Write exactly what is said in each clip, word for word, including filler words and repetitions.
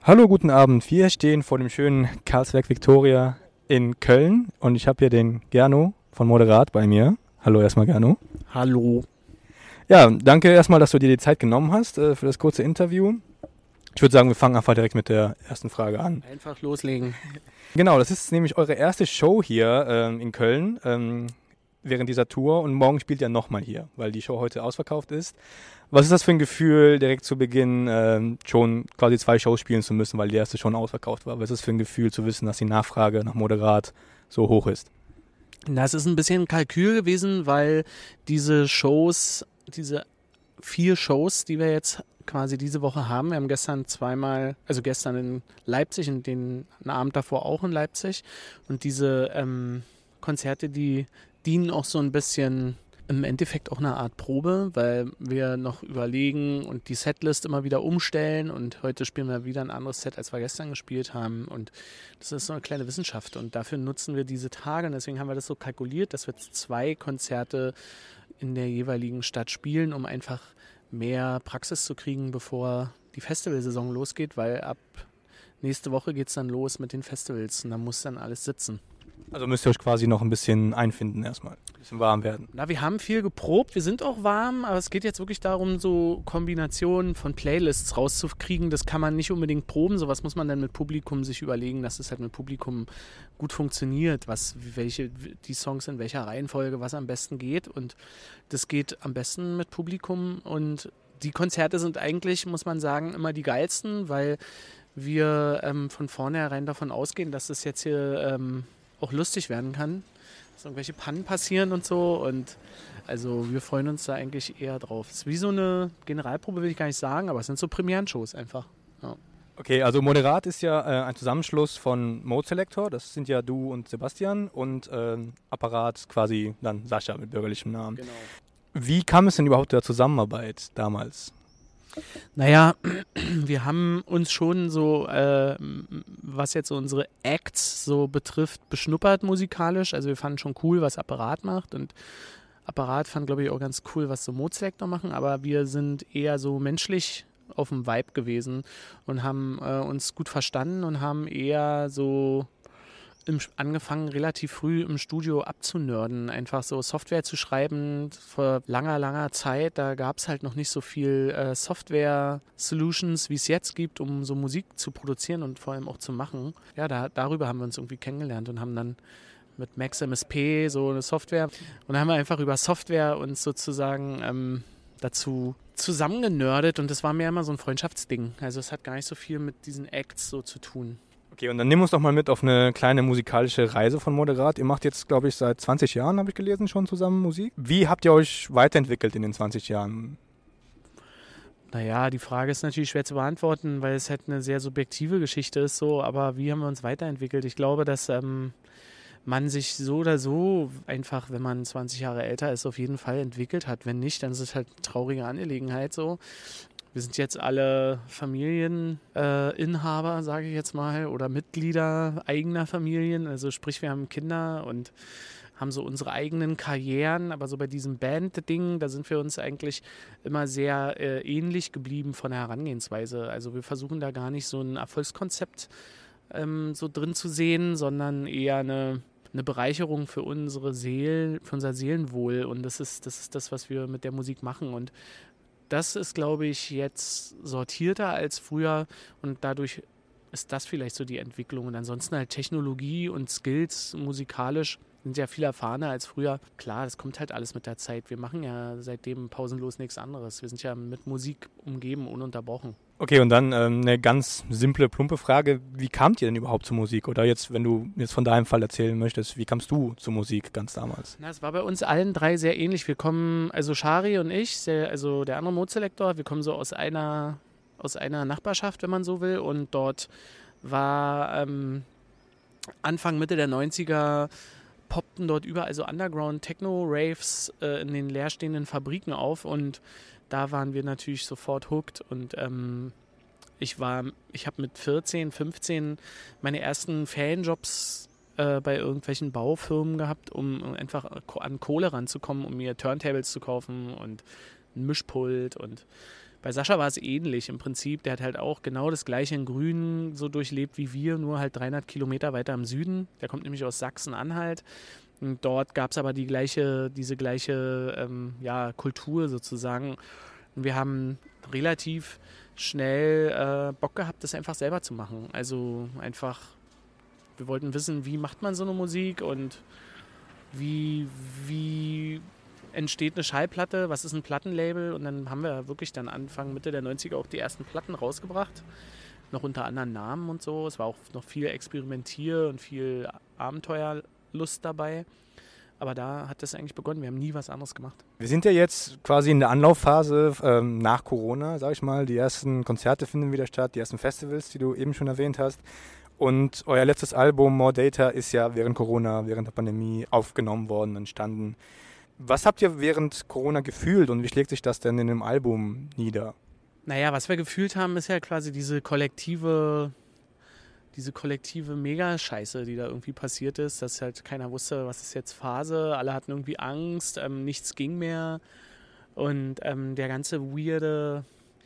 Hallo, guten Abend. Wir stehen vor dem schönen Karlsberg Victoria in Köln und ich habe hier den Gernot von Moderat bei mir. Hallo erstmal, Gernot. Hallo. Ja, danke erstmal, dass du dir die Zeit genommen hast äh, für das kurze Interview. Ich würde sagen, wir fangen einfach direkt mit der ersten Frage an. Einfach loslegen. Genau, das ist nämlich eure erste Show hier ähm, in Köln ähm, während dieser Tour und morgen spielt ihr nochmal hier, weil die Show heute ausverkauft ist. Was ist das für ein Gefühl, direkt zu Beginn ähm, schon quasi zwei Shows spielen zu müssen, weil die erste schon ausverkauft war? Was ist das für ein Gefühl zu wissen, dass die Nachfrage nach Moderat so hoch ist? Das ist ein bisschen Kalkül gewesen, weil diese Shows, diese vier Shows, die wir jetzt quasi diese Woche haben, wir haben gestern zweimal, also gestern in Leipzig und den Abend davor auch in Leipzig. Und diese ähm, Konzerte, die dienen auch so ein bisschen im Endeffekt auch eine Art Probe, weil wir noch überlegen und die Setlist immer wieder umstellen und heute spielen wir wieder ein anderes Set, als wir gestern gespielt haben und das ist so eine kleine Wissenschaft und dafür nutzen wir diese Tage und deswegen haben wir das so kalkuliert, dass wir zwei Konzerte in der jeweiligen Stadt spielen, um einfach mehr Praxis zu kriegen, bevor die Festivalsaison losgeht, weil ab nächste Woche geht es dann los mit den Festivals und da muss dann alles sitzen. Also müsst ihr euch quasi noch ein bisschen einfinden erstmal, ein bisschen warm werden. Na, wir haben viel geprobt, wir sind auch warm, aber es geht jetzt wirklich darum, so Kombinationen von Playlists rauszukriegen. Das kann man nicht unbedingt proben, sowas muss man dann mit Publikum sich überlegen, dass es halt mit Publikum gut funktioniert, was, welche, die Songs in welcher Reihenfolge, was am besten geht und das geht am besten mit Publikum und die Konzerte sind eigentlich, muss man sagen, immer die geilsten, weil wir ähm, von vornherein davon ausgehen, dass es jetzt hier ähm, auch lustig werden kann, dass irgendwelche Pannen passieren und so und also wir freuen uns da eigentlich eher drauf. Es ist wie so eine Generalprobe, will ich gar nicht sagen, aber es sind so Premierenshows einfach. Ja. Okay, also Moderat ist ja äh, ein Zusammenschluss von Mode Selector, das sind ja du und Sebastian und ähm, Apparat quasi dann Sascha mit bürgerlichem Namen. Genau. Wie kam es denn überhaupt der Zusammenarbeit damals? Naja, wir haben uns schon so, äh, was jetzt so unsere Acts so betrifft, beschnuppert musikalisch. Also wir fanden schon cool, was Apparat macht und Apparat fand, glaube ich, auch ganz cool, was so Mode Selector machen, aber wir sind eher so menschlich auf dem Vibe gewesen und haben äh, uns gut verstanden und haben eher so Im, angefangen, relativ früh im Studio abzunörden, einfach so Software zu schreiben vor langer, langer Zeit. Da gab es halt noch nicht so viel äh, Software-Solutions, wie es jetzt gibt, um so Musik zu produzieren und vor allem auch zu machen. Ja, da, darüber haben wir uns irgendwie kennengelernt und haben dann mit Max M S P so eine Software und dann haben wir einfach über Software uns sozusagen ähm, dazu zusammengenördet und das war mehr immer so ein Freundschaftsding. Also es hat gar nicht so viel mit diesen Acts so zu tun. Okay, und dann nimm uns doch mal mit auf eine kleine musikalische Reise von Moderat. Ihr macht jetzt, glaube ich, seit zwanzig Jahren, habe ich gelesen, schon zusammen Musik. Wie habt ihr euch weiterentwickelt in den zwanzig Jahren? Naja, die Frage ist natürlich schwer zu beantworten, weil es halt eine sehr subjektive Geschichte ist, so, aber wie haben wir uns weiterentwickelt? Ich glaube, dass ähm, man sich so oder so einfach, wenn man zwanzig Jahre älter ist, auf jeden Fall entwickelt hat. Wenn nicht, dann ist es halt eine traurige Angelegenheit so. Wir sind jetzt alle Familieninhaber, äh, sage ich jetzt mal, oder Mitglieder eigener Familien. Also sprich, wir haben Kinder und haben so unsere eigenen Karrieren. Aber so bei diesem Band-Ding, da sind wir uns eigentlich immer sehr äh, ähnlich geblieben von der Herangehensweise. Also wir versuchen da gar nicht so ein Erfolgskonzept ähm, so drin zu sehen, sondern eher eine, eine Bereicherung für unsere Seele, für unser Seelenwohl. Und das ist, das ist das, was wir mit der Musik machen. Und das ist, glaube ich, jetzt sortierter als früher und dadurch ist das vielleicht so die Entwicklung. Und ansonsten halt Technologie und Skills musikalisch sind ja viel erfahrener als früher. Klar, das kommt halt alles mit der Zeit. Wir machen ja seitdem pausenlos nichts anderes. Wir sind ja mit Musik umgeben, ununterbrochen. Okay, und dann ähm, eine ganz simple, plumpe Frage. Wie kamt ihr denn überhaupt zur Musik? Oder jetzt, wenn du jetzt von deinem Fall erzählen möchtest, wie kamst du zur Musik ganz damals? Na, es war bei uns allen drei sehr ähnlich. Wir kommen, also Shari und ich, sehr, also der andere Mode Selector, wir kommen so aus einer, aus einer Nachbarschaft, wenn man so will. Und dort war ähm, Anfang, Mitte der neunziger poppten dort überall so Underground-Techno-Raves äh, in den leerstehenden Fabriken auf und da waren wir natürlich sofort hooked und ähm, ich war, ich habe mit vierzehn, fünfzehn meine ersten Fanjobs äh, bei irgendwelchen Baufirmen gehabt, um einfach an Kohle ranzukommen, um mir Turntables zu kaufen und ein Mischpult und Bei Sascha war es ähnlich im Prinzip. Der hat halt auch genau das Gleiche in Grün so durchlebt wie wir, nur halt dreihundert Kilometer weiter im Süden. Der kommt nämlich aus Sachsen-Anhalt. Und dort gab es aber die gleiche, diese gleiche ähm, ja, Kultur sozusagen. Und wir haben relativ schnell äh, Bock gehabt, das einfach selber zu machen. Also einfach, wir wollten wissen, wie macht man so eine Musik und wie, wie entsteht eine Schallplatte, was ist ein Plattenlabel, und dann haben wir wirklich dann Anfang, Mitte der neunziger auch die ersten Platten rausgebracht, noch unter anderen Namen und so. Es war auch noch viel Experimentier und viel Abenteuerlust dabei, aber da hat das eigentlich begonnen, wir haben nie was anderes gemacht. Wir sind ja jetzt quasi in der Anlaufphase ähm, nach Corona, sag ich mal. Die ersten Konzerte finden wieder statt, die ersten Festivals, die du eben schon erwähnt hast. Und euer letztes Album, More Data, ist ja während Corona, während der Pandemie aufgenommen worden, entstanden. Was habt ihr während Corona gefühlt und wie schlägt sich das denn in dem Album nieder? Naja, was wir gefühlt haben, ist ja quasi diese kollektive, diese kollektive Mega-Scheiße, die da irgendwie passiert ist, dass halt keiner wusste, was ist jetzt Phase, alle hatten irgendwie Angst, ähm, nichts ging mehr und ähm, der ganze weirde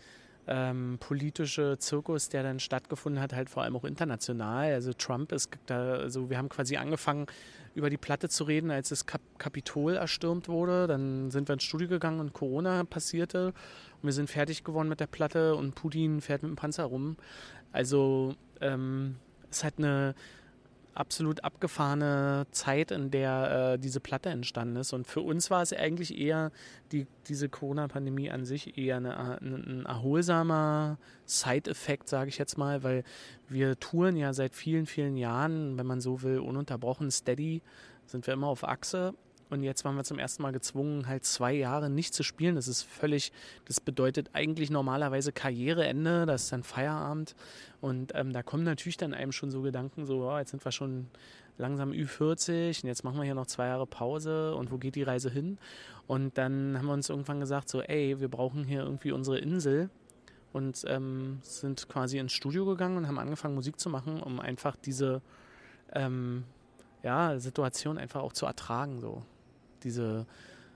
ähm, politische Zirkus, der dann stattgefunden hat, halt vor allem auch international. Also Trump ist da, also wir haben quasi angefangen, über die Platte zu reden, als das Kap- Kapitol erstürmt wurde. Dann sind wir ins Studio gegangen und Corona passierte. Und wir sind fertig geworden mit der Platte und Putin fährt mit dem Panzer rum. Also ähm, es ist halt eine absolut abgefahrene Zeit, in der äh, diese Platte entstanden ist. Und für uns war es eigentlich eher, die, diese Corona-Pandemie an sich, eher eine, eine, ein erholsamer Side-Effekt, sage ich jetzt mal, weil wir touren ja seit vielen, vielen Jahren, wenn man so will, ununterbrochen, steady, sind wir immer auf Achse. Und jetzt waren wir zum ersten Mal gezwungen, halt zwei Jahre nicht zu spielen. Das ist völlig, das bedeutet eigentlich normalerweise Karriereende, das ist dann Feierabend. Und ähm, da kommen natürlich dann einem schon so Gedanken, so, oh, jetzt sind wir schon langsam Ü vierzig und jetzt machen wir hier noch zwei Jahre Pause und wo geht die Reise hin? Und dann haben wir uns irgendwann gesagt, so, ey, wir brauchen hier irgendwie unsere Insel. Und ähm, sind quasi ins Studio gegangen und haben angefangen, Musik zu machen, um einfach diese ähm, ja, Situation einfach auch zu ertragen, so. Diese,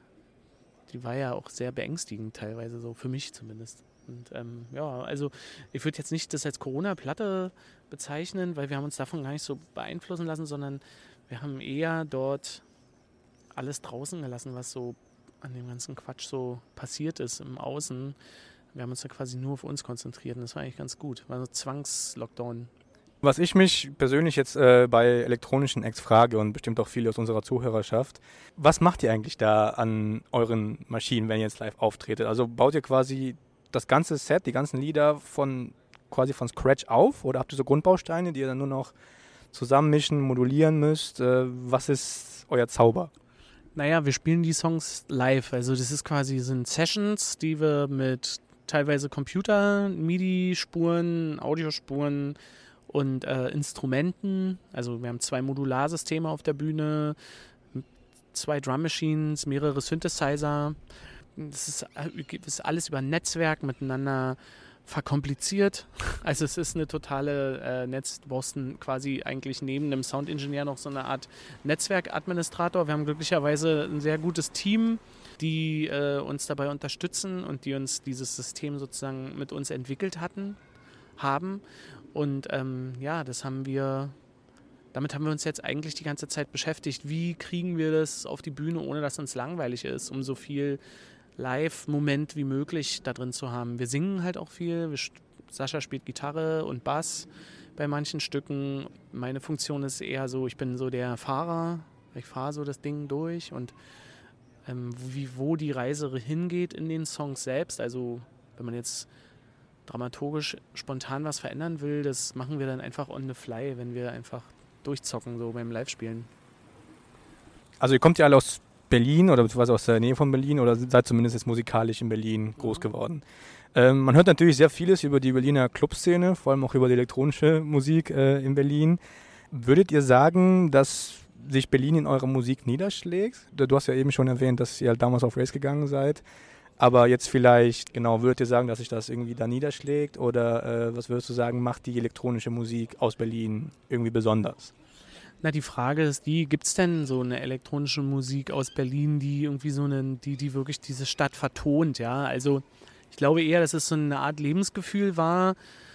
die war ja auch sehr beängstigend teilweise, so für mich zumindest. Und ähm, ja, also ich würde jetzt nicht das als Corona-Platte bezeichnen, weil wir haben uns davon gar nicht so beeinflussen lassen, sondern wir haben eher dort alles draußen gelassen, was so an dem ganzen Quatsch so passiert ist im Außen. Wir haben uns da quasi nur auf uns konzentriert und das war eigentlich ganz gut. War so Zwangslockdown. Was ich mich persönlich jetzt äh, bei elektronischen Acts frage und bestimmt auch viele aus unserer Zuhörerschaft, was macht ihr eigentlich da an euren Maschinen, wenn ihr jetzt live auftretet? Also baut ihr quasi das ganze Set, die ganzen Lieder von quasi von Scratch auf oder habt ihr so Grundbausteine, die ihr dann nur noch zusammenmischen, modulieren müsst? Äh, was ist euer Zauber? Naja, wir spielen die Songs live. Also das ist quasi, sind Sessions, die wir mit teilweise Computer, MIDI-Spuren, Audiospuren und äh, Instrumenten, also wir haben zwei Modularsysteme auf der Bühne, zwei Drum Machines, mehrere Synthesizer. Das ist, das ist alles über Netzwerk miteinander verkompliziert. Also es ist eine totale äh, Netz, du brauchst ein, quasi eigentlich neben dem Soundingenieur noch so eine Art Netzwerkadministrator. Wir haben glücklicherweise ein sehr gutes Team, die äh, uns dabei unterstützen und die uns dieses System sozusagen mit uns entwickelt hatten, haben. Und ähm, ja, das haben wir, damit haben wir uns jetzt eigentlich die ganze Zeit beschäftigt. Wie kriegen wir das auf die Bühne, ohne dass uns langweilig ist, um so viel Live-Moment wie möglich da drin zu haben. Wir singen halt auch viel. Wir, Sascha spielt Gitarre und Bass bei manchen Stücken. Meine Funktion ist eher so, ich bin so der Fahrer. Ich fahre so das Ding durch und ähm, wie, wo die Reise hingeht in den Songs selbst. Also wenn man jetzt dramaturgisch spontan was verändern will, das machen wir dann einfach on the fly, wenn wir einfach durchzocken, so beim Live-Spielen. Also ihr kommt ja alle aus Berlin oder beziehungsweise aus der Nähe von Berlin oder seid zumindest jetzt musikalisch in Berlin groß geworden. Ähm, man hört natürlich sehr vieles über die Berliner Clubszene, vor allem auch über die elektronische Musik äh, in Berlin. Würdet ihr sagen, dass sich Berlin in eurer Musik niederschlägt? Du hast ja eben schon erwähnt, dass ihr halt damals auf Race gegangen seid. Aber jetzt vielleicht, genau, würdet ihr sagen, dass sich das irgendwie da niederschlägt? Oder äh, was würdest du sagen, macht die elektronische Musik aus Berlin irgendwie besonders? Na, die Frage ist die, gibt es denn so eine elektronische Musik aus Berlin, die irgendwie so eine, die, die wirklich diese Stadt vertont, ja? Also Ich glaube eher, dass es so eine Art Lebensgefühl war.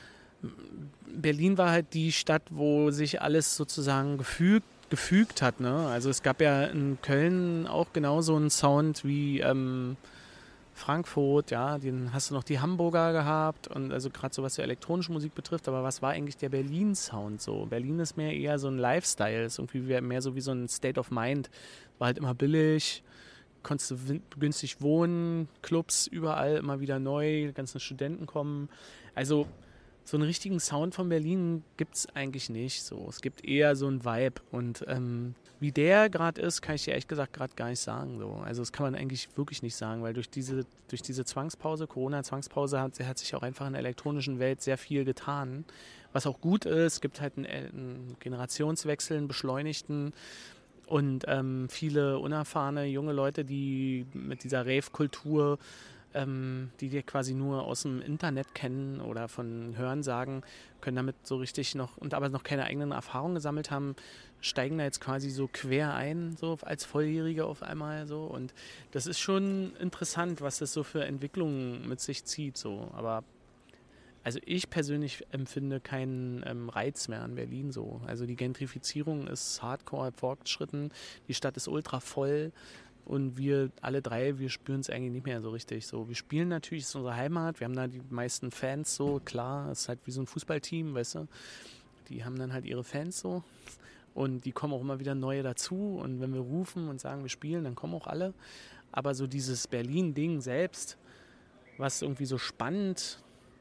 Berlin war halt die Stadt, wo sich alles sozusagen gefügt, gefügt hat. Ne? Also es gab ja in Köln auch genauso einen Sound wie ähm, Frankfurt, ja, den hast du noch die Hamburger gehabt und also gerade so was die elektronische Musik betrifft, aber was war eigentlich der Berlin-Sound so? Berlin ist mehr eher so ein Lifestyle, ist irgendwie mehr so wie so ein State of Mind, war halt immer billig, konntest du günstig wohnen, Clubs überall immer wieder neu, die ganzen Studenten kommen. Also so einen richtigen Sound von Berlin gibt es eigentlich nicht. So. Es gibt eher so einen Vibe. Und ähm, wie der gerade ist, kann ich dir ehrlich gesagt gerade gar nicht sagen. So. Also das kann man eigentlich wirklich nicht sagen, weil durch diese, durch diese Zwangspause, Corona-Zwangspause, hat, hat sich auch einfach in der elektronischen Welt sehr viel getan. Was auch gut ist, es gibt halt einen, einen Generationswechsel, einen beschleunigten. Und ähm, viele unerfahrene junge Leute, die mit dieser Rave-Kultur, ähm, die wir quasi nur aus dem Internet kennen oder von Hörensagen, können damit so richtig noch, und aber noch keine eigenen Erfahrungen gesammelt haben, steigen da jetzt quasi so quer ein, so als Volljährige auf einmal so. Und das ist schon interessant, was das so für Entwicklungen mit sich zieht. So. Aber also ich persönlich empfinde keinen ähm, Reiz mehr an Berlin so. Also die Gentrifizierung ist hardcore fortgeschritten, die Stadt ist ultra voll und wir alle drei, wir spüren es eigentlich nicht mehr so richtig. So, wir spielen natürlich, es ist unsere Heimat, wir haben da die meisten Fans so, klar, es ist halt wie so ein Fußballteam, weißt du. Die haben dann halt ihre Fans so und die kommen auch immer wieder neue dazu und wenn wir rufen und sagen, wir spielen, dann kommen auch alle. Aber so dieses Berlin-Ding selbst, was irgendwie so spannend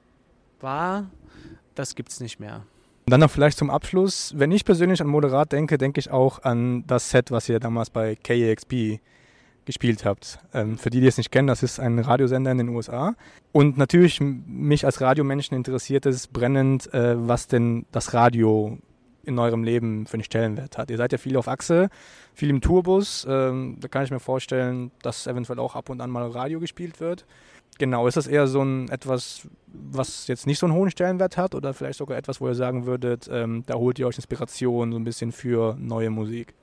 war, das gibt's nicht mehr. Dann noch vielleicht zum Abschluss, wenn ich persönlich an Moderat denke, denke ich auch an das Set, was ihr damals bei K A X P gespielt habt. Ähm, für die, die es nicht kennen, das ist ein Radiosender in den U S A. Und natürlich mich als Radiomenschen interessiert es brennend, äh, was denn das Radio in eurem Leben für einen Stellenwert hat. Ihr seid ja viel auf Achse, viel im Tourbus. Ähm, da kann ich mir vorstellen, dass eventuell auch ab und an mal Radio gespielt wird. Genau, ist das eher so ein etwas, was jetzt nicht so einen hohen Stellenwert hat oder vielleicht sogar etwas, wo ihr sagen würdet, ähm, da holt ihr euch Inspiration so ein bisschen für neue Musik?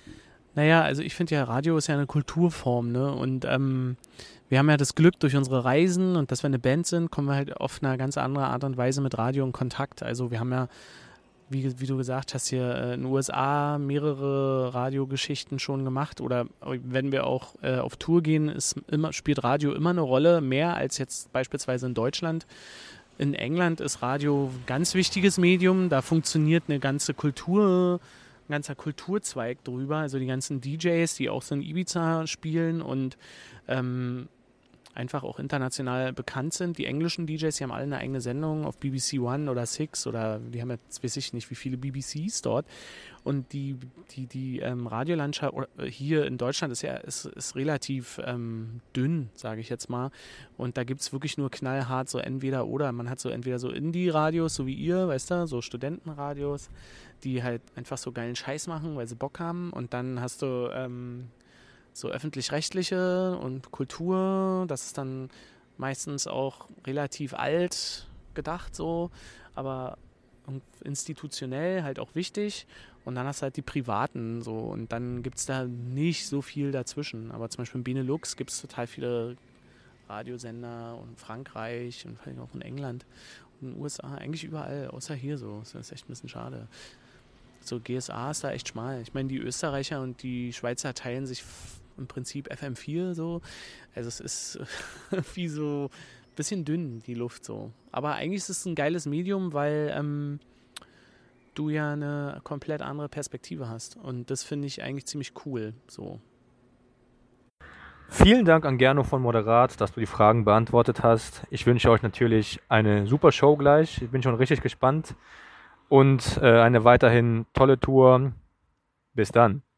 Naja, also ich finde ja, Radio ist ja eine Kulturform, ne? Und ähm, wir haben ja das Glück durch unsere Reisen und dass wir eine Band sind, kommen wir halt auf eine ganz andere Art und Weise mit Radio in Kontakt. Also wir haben ja, wie, wie du gesagt hast, hier äh, in den U S A mehrere Radiogeschichten schon gemacht oder wenn wir auch äh, auf Tour gehen, ist immer, spielt Radio immer eine Rolle, mehr als jetzt beispielsweise in Deutschland. In England ist Radio ein ganz wichtiges Medium, da funktioniert eine ganze Kultur, ein ganzer Kulturzweig drüber, also die ganzen D Js, die auch so in Ibiza spielen und ähm, einfach auch international bekannt sind. Die englischen D Js, die haben alle eine eigene Sendung auf B B C One oder Six oder die haben jetzt, weiß ich nicht, wie viele B B Cs dort. Und die, die, die ähm, Radiolandschaft hier in Deutschland ist ja ist, ist relativ ähm, dünn, sage ich jetzt mal. Und da gibt es wirklich nur knallhart so entweder oder. Man hat so entweder so Indie-Radios, so wie ihr, weißt du, so Studentenradios, die halt einfach so geilen Scheiß machen, weil sie Bock haben. Und dann hast du ähm, so öffentlich-rechtliche und Kultur, das ist dann meistens auch relativ alt gedacht so, aber institutionell halt auch wichtig. Und dann hast du halt die Privaten so und dann gibt es da nicht so viel dazwischen. Aber zum Beispiel in Benelux gibt es total viele Radiosender und Frankreich und vielleicht auch in England und in den U S A, eigentlich überall, außer hier so. Das ist echt ein bisschen schade. So G S A ist da echt schmal. Ich meine, die Österreicher und die Schweizer teilen sich im Prinzip F M vier so. Also es ist wie so ein bisschen dünn, die Luft so. Aber eigentlich ist es ein geiles Medium, weil ähm, du ja eine komplett andere Perspektive hast. Und das finde ich eigentlich ziemlich cool. So. Vielen Dank an Gernot von Moderat, dass du die Fragen beantwortet hast. Ich wünsche euch natürlich eine super Show gleich. Ich bin schon richtig gespannt. Und äh, eine weiterhin tolle Tour. Bis dann.